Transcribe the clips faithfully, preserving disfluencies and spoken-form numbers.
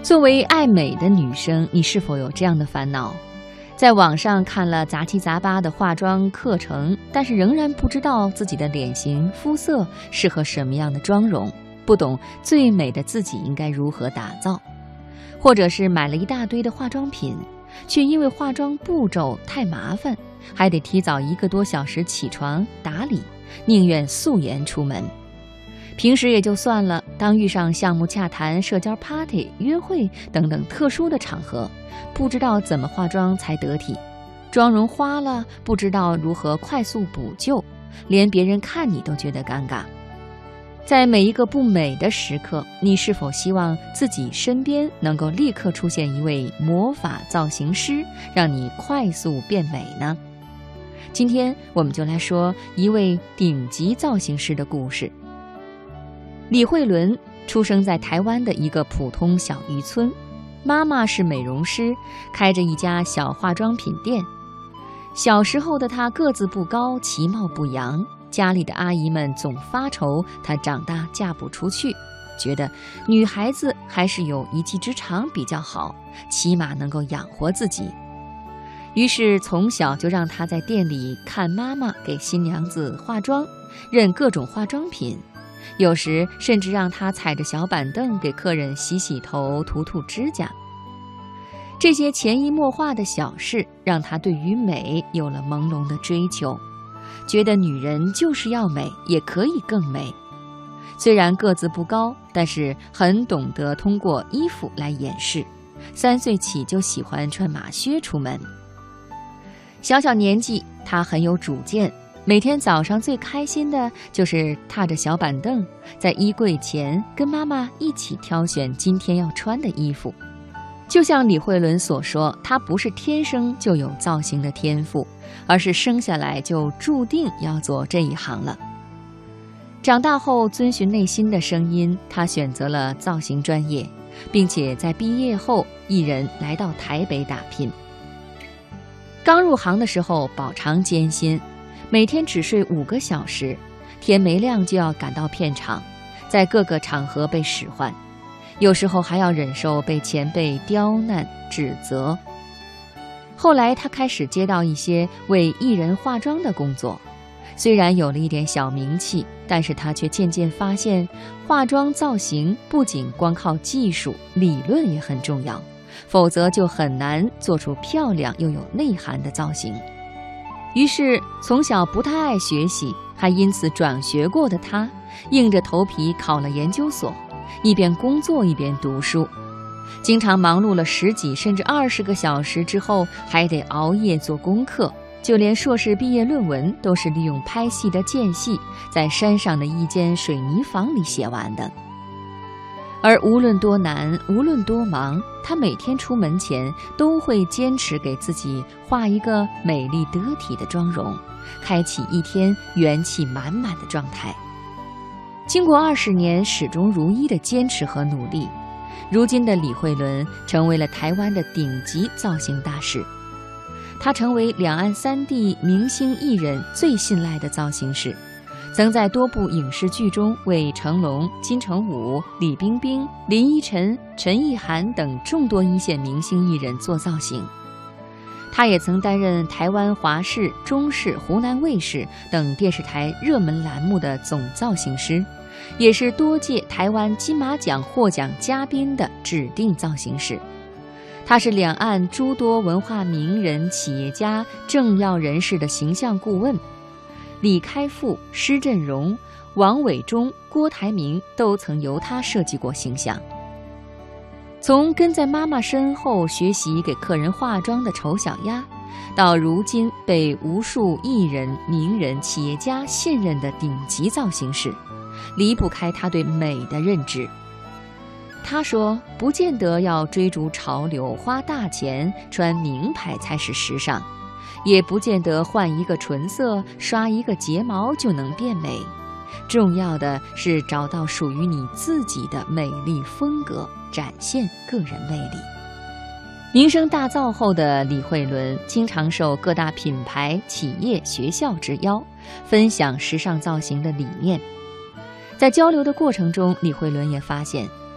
作为爱美的女生，你是否有这样的烦恼？在网上看了杂七杂八的化妆课程，但是仍然不知道自己的脸型、肤色适合什么样的妆容，不懂最美的自己应该如何打造。或者是买了一大堆的化妆品，却因为化妆步骤太麻烦，还得提早一个多小时起床打理，宁愿素颜出门。平时也就算了，当遇上项目洽谈、社交 party、约会等等特殊的场合，不知道怎么化妆才得体，妆容花了，不知道如何快速补救，连别人看你都觉得尴尬。在每一个不美的时刻，你是否希望自己身边能够立刻出现一位魔法造型师，让你快速变美呢？今天我们就来说一位顶级造型师的故事。李慧伦出生在台湾的一个普通小渔村，妈妈是美容师，开着一家小化妆品店。小时候的她个子不高，其貌不扬，家里的阿姨们总发愁她长大嫁不出去，觉得女孩子还是有一技之长比较好，起码能够养活自己。于是从小就让她在店里看妈妈给新娘子化妆，认各种化妆品，有时甚至让她踩着小板凳给客人洗洗头、涂涂指甲。这些潜移默化的小事让她对于美有了朦胧的追求，觉得女人就是要美，也可以更美。虽然个子不高，但是很懂得通过衣服来掩饰。三岁起就喜欢穿马靴出门。小小年纪，她很有主见，每天早上最开心的就是踏着小板凳，在衣柜前跟妈妈一起挑选今天要穿的衣服。就像李慧伦所说，她不是天生就有造型的天赋，而是生下来就注定要做这一行了。长大后遵循内心的声音，她选择了造型专业，并且在毕业后一人来到台北打拼。刚入行的时候饱尝艰辛，每天只睡五个小时，天没亮就要赶到片场，在各个场合被使唤，有时候还要忍受被前辈刁难指责。后来他开始接到一些为艺人化妆的工作，虽然有了一点小名气，但是他却渐渐发现，化妆造型不仅光靠技术，理论也很重要，否则就很难做出漂亮又有内涵的造型。于是从小不太爱学习，还因此转学过的他，硬着头皮考了研究所，一边工作一边读书，经常忙碌了十几甚至二十个小时之后，还得熬夜做功课，就连硕士毕业论文都是利用拍戏的间隙，在山上的一间水泥房里写完的。而无论多难，无论多忙，他每天出门前都会坚持给自己画一个美丽得体的妆容，开启一天元气满满的状态。经过二十年始终如一的坚持和努力，如今的李慧伦成为了台湾的顶级造型大师。她成为两岸三地明星艺人最信赖的造型师，曾在多部影视剧中为成龙、金城武、李冰冰、林依晨、陈意涵等众多一线明星艺人做造型。她也曾担任台湾华视、中视、湖南卫视等电视台热门栏目的总造型师，也是多届台湾金马奖获奖嘉宾的指定造型师。他是两岸诸多文化名人、企业家、政要人士的形象顾问，李开复、施振荣、王伟忠、郭台铭都曾由他设计过形象。从跟在妈妈身后学习给客人化妆的丑小鸭，到如今被无数艺人、名人、企业家信任的顶级造型师，离不开他对美的认知。他说，不见得要追逐潮流，花大钱穿名牌才是时尚，也不见得换一个唇色，刷一个睫毛就能变美，重要的是找到属于你自己的美丽风格，展现个人魅力。名声大噪后的李慧伦经常受各大品牌、企业、学校之邀，分享时尚造型的理念。在交流的过程中，李慧伦也发现，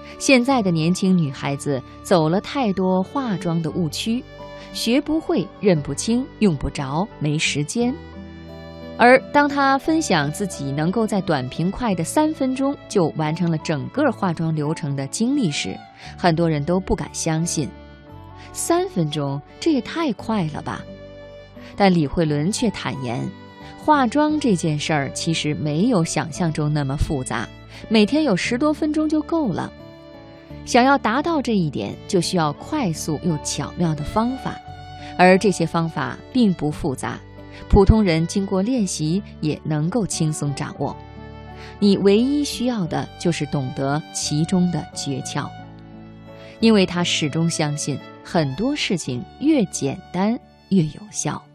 现在的年轻女孩子走了太多化妆的误区，学不会、认不清、用不着、没时间。而当她分享自己能够在短平快的三分钟就完成了整个化妆流程的经历时，很多人都不敢相信。三分钟，这也太快了吧？但李慧伦却坦言，化妆这件事儿其实没有想象中那么复杂，每天有十多分钟就够了。想要达到这一点，就需要快速又巧妙的方法，而这些方法并不复杂，普通人经过练习也能够轻松掌握。你唯一需要的就是懂得其中的诀窍，因为他始终相信，很多事情越简单越有效。